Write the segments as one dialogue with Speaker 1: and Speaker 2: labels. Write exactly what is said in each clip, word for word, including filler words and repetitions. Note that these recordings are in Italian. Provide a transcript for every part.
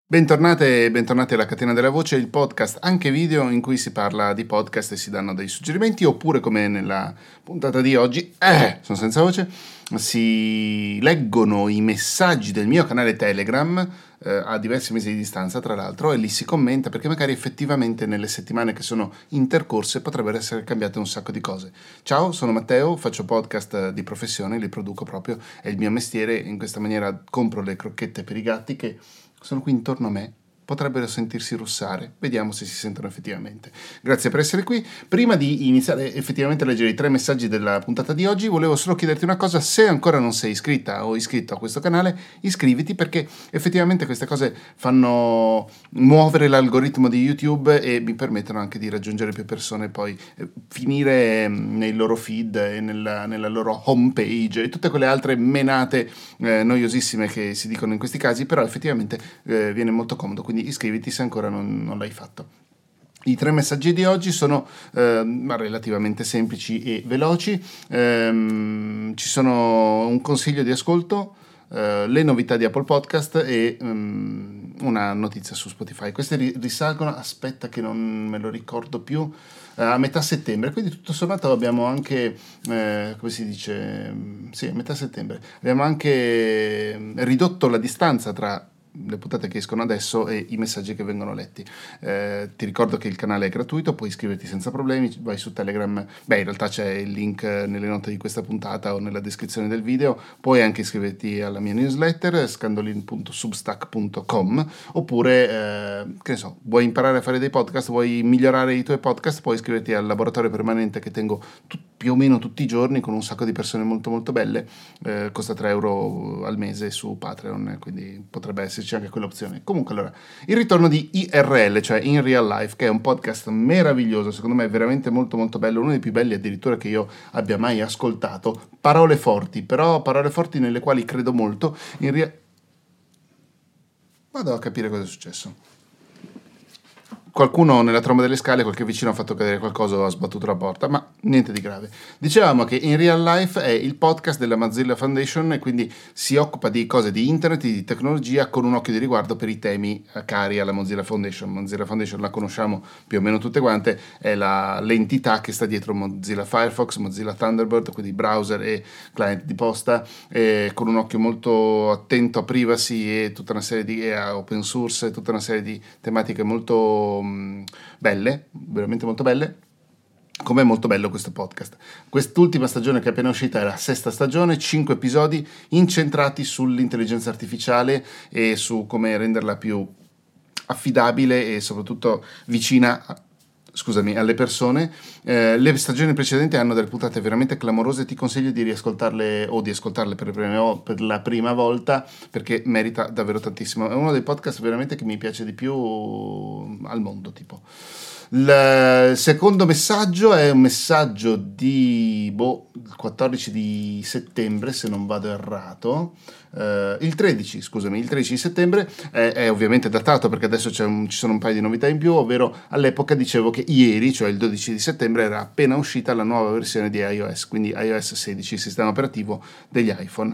Speaker 1: Bentornate e bentornati alla Catena della Voce, il podcast anche video in cui si parla di podcast e si danno dei suggerimenti, oppure come nella puntata di oggi, eh, sono senza voce, si leggono i messaggi del mio canale Telegram eh, a diversi mesi di distanza tra l'altro, e lì si commenta perché magari effettivamente nelle settimane che sono intercorse potrebbero essere cambiate un sacco di cose. Ciao, sono Matteo, faccio podcast di professione, li produco proprio, è il mio mestiere, in questa maniera compro le crocchette per i gatti che sono qui intorno a me, potrebbero sentirsi russare, vediamo se si sentono effettivamente. Grazie per essere qui. Prima di iniziare effettivamente a leggere i tre messaggi della puntata di oggi, volevo solo chiederti una cosa: se ancora non sei iscritta o iscritto a questo canale, iscriviti, perché effettivamente queste cose fanno muovere l'algoritmo di YouTube e mi permettono anche di raggiungere più persone, poi eh, finire nei loro feed e nella, nella loro homepage e tutte quelle altre menate eh, noiosissime che si dicono in questi casi, però effettivamente eh, viene molto comodo, quindi iscriviti se ancora non, non l'hai fatto. I tre messaggi di oggi sono eh, relativamente semplici e veloci. Ehm, ci sono un consiglio di ascolto, eh, le novità di Apple Podcast e um, una notizia su Spotify. Queste risalgono, aspetta che non me lo ricordo più, a metà settembre, quindi tutto sommato abbiamo anche, eh, come si dice, sì, a metà settembre, abbiamo anche ridotto la distanza tra le puntate che escono adesso e i messaggi che vengono letti. Eh, ti ricordo che il canale è gratuito, puoi iscriverti senza problemi, vai su Telegram, beh in realtà c'è il link nelle note di questa puntata o nella descrizione del video, puoi anche iscriverti alla mia newsletter scandolin punto substack punto com, oppure eh, che ne so, vuoi imparare a fare dei podcast, vuoi migliorare i tuoi podcast, puoi iscriverti al laboratorio permanente che tengo tu- più o meno tutti i giorni con un sacco di persone molto molto belle, eh, costa tre euro al mese su Patreon, quindi potrebbe essere c'è anche quell'opzione. Comunque, allora, il ritorno di I R L, cioè In Real Life, che è un podcast meraviglioso, secondo me è veramente molto molto bello, uno dei più belli addirittura che io abbia mai ascoltato. Parole forti, però parole forti nelle quali credo molto. In rea- Vado a capire cosa è successo. Qualcuno nella tromba delle scale, qualche vicino ha fatto cadere qualcosa o ha sbattuto la porta, ma niente di grave. Dicevamo che In Real Life è il podcast della Mozilla Foundation e quindi si occupa di cose di internet, di tecnologia, con un occhio di riguardo per i temi cari alla Mozilla Foundation. Mozilla Foundation la conosciamo più o meno tutte quante, è la, l'entità che sta dietro Mozilla Firefox, Mozilla Thunderbird, quindi browser e client di posta, e con un occhio molto attento a privacy e tutta una serie di e a open source e tutta una serie di tematiche molto belle, veramente molto belle, come è molto bello questo podcast. Quest'ultima stagione che è appena uscita è la sesta stagione, cinque episodi incentrati sull'intelligenza artificiale e su come renderla più affidabile e soprattutto vicina a Scusami, alle persone. Eh, le stagioni precedenti hanno delle puntate veramente clamorose, ti consiglio di riascoltarle o di ascoltarle per, prime, per la prima volta, perché merita davvero tantissimo. È uno dei podcast veramente che mi piace di più al mondo, tipo. Il secondo messaggio è un messaggio di boh, il quattordici di settembre, se non vado errato. Uh, il tredici, scusami, il tredici di settembre è, è ovviamente datato perché adesso c'è un, ci sono un paio di novità in più, ovvero all'epoca dicevo che ieri, cioè il dodici di settembre, era appena uscita la nuova versione di iOS, quindi iOS sedici, il sistema operativo degli iPhone,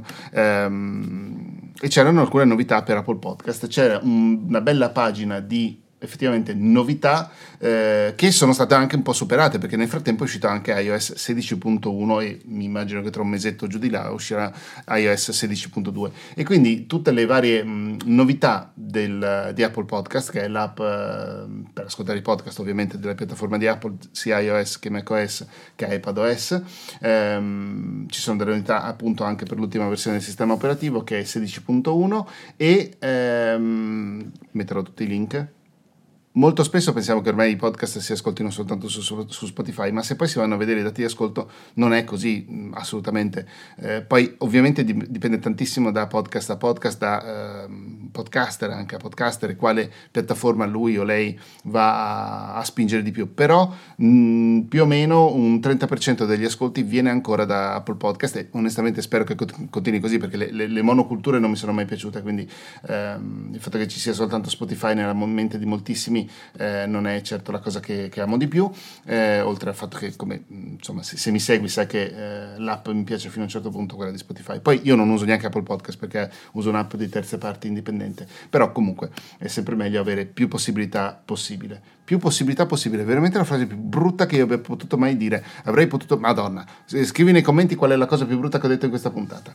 Speaker 1: um, e c'erano alcune novità per Apple Podcast. C'era un, una bella pagina di effettivamente novità eh, che sono state anche un po' superate, perché nel frattempo è uscito anche iOS sedici punto uno e mi immagino che tra un mesetto giù di là uscirà iOS sedici punto due, e quindi tutte le varie mh, novità del, di Apple Podcast, che è l'app eh, per ascoltare i podcast ovviamente della piattaforma di Apple, sia iOS che macOS che iPadOS. ehm, ci sono delle novità appunto anche per l'ultima versione del sistema operativo, che è sedici punto uno, e ehm, metterò tutti i link. Molto spesso pensiamo che ormai i podcast si ascoltino soltanto su, su, su Spotify, ma se poi si vanno a vedere i dati di ascolto non è così, assolutamente. Eh, poi ovviamente dipende tantissimo da podcast a podcast, da eh, podcaster anche a podcaster, e quale piattaforma lui o lei va a, a spingere di più. Però mh, più o meno un trenta per cento degli ascolti viene ancora da Apple Podcast, e onestamente spero che continui così, perché le, le, le monoculture non mi sono mai piaciute, quindi ehm, il fatto che ci sia soltanto Spotify nella mente di moltissimi notificazioni eh, non è certo la cosa che, che amo di più, eh, oltre al fatto che come insomma se, se mi segui sai che eh, l'app mi piace fino a un certo punto, quella di Spotify. Poi io non uso neanche Apple Podcast perché uso un'app di terze parti indipendente, però comunque è sempre meglio avere più possibilità possibile. Più possibilità possibile, veramente la frase più brutta che io abbia potuto mai dire. Avrei potuto, madonna, scrivi nei commenti qual è la cosa più brutta che ho detto in questa puntata.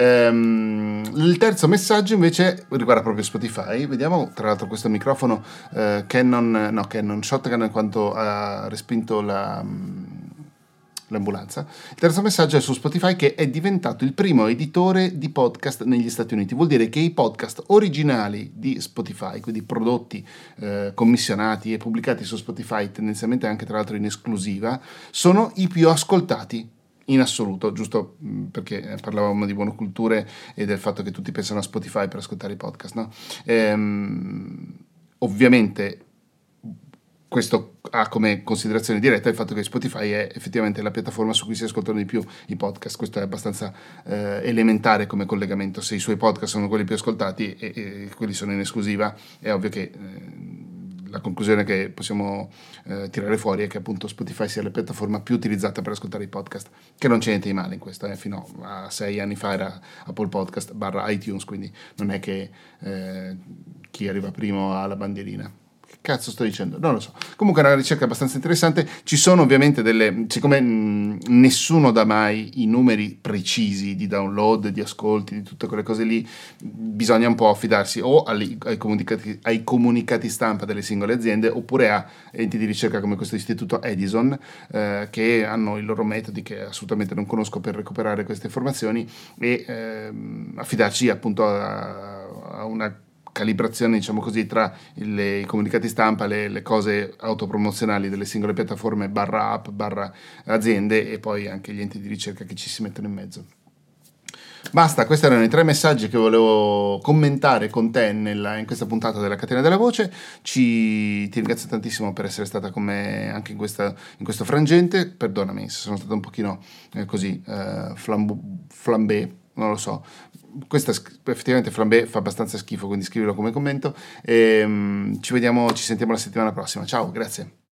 Speaker 1: Ehm, il terzo messaggio invece riguarda proprio Spotify. Vediamo, tra l'altro questo microfono eh, Canon, no Canon Shotgun, in quanto ha respinto la... l'ambulanza. Il terzo messaggio è su Spotify, che è diventato il primo editore di podcast negli Stati Uniti. Vuol dire che i podcast originali di Spotify, quindi prodotti eh, commissionati e pubblicati su Spotify, tendenzialmente anche tra l'altro in esclusiva, sono i più ascoltati in assoluto, giusto perché parlavamo di monoculture e del fatto che tutti pensano a Spotify per ascoltare i podcast, no? Ehm, ovviamente questo ha come considerazione diretta il fatto che Spotify è effettivamente la piattaforma su cui si ascoltano di più i podcast. Questo è abbastanza eh, elementare come collegamento. Se i suoi podcast sono quelli più ascoltati e, e quelli sono in esclusiva, è ovvio che eh, la conclusione che possiamo eh, tirare fuori è che appunto Spotify sia la piattaforma più utilizzata per ascoltare i podcast, che non c'è niente di male in questo, eh. Fino a sei anni fa era Apple Podcast barra iTunes, quindi non è che eh, chi arriva primo ha la bandierina. Cazzo sto dicendo? Non lo so. Comunque è una ricerca abbastanza interessante. Ci sono ovviamente delle... Siccome mh, nessuno dà mai i numeri precisi di download, di ascolti, di tutte quelle cose lì, bisogna un po' affidarsi o ai, ai, comunicati, ai comunicati stampa delle singole aziende, oppure a enti di ricerca come questo istituto Edison, eh, che hanno i loro metodi che assolutamente non conosco per recuperare queste informazioni, e ehm, affidarci appunto a, a una calibrazione, diciamo così, tra il, i comunicati stampa, le, le cose autopromozionali delle singole piattaforme barra app barra aziende, e poi anche gli enti di ricerca che ci si mettono in mezzo. Basta, questi erano i tre messaggi che volevo commentare con te nella, in questa puntata della Catena della Voce. Ci, ti ringrazio tantissimo per essere stata con me anche in, questa, in questo frangente. Perdonami se sono stato un pochino eh, così eh, flambo, flambé, non lo so. Questa effettivamente flambé fa abbastanza schifo, quindi scrivilo come commento e um, ci vediamo, ci sentiamo la settimana prossima. Ciao, grazie.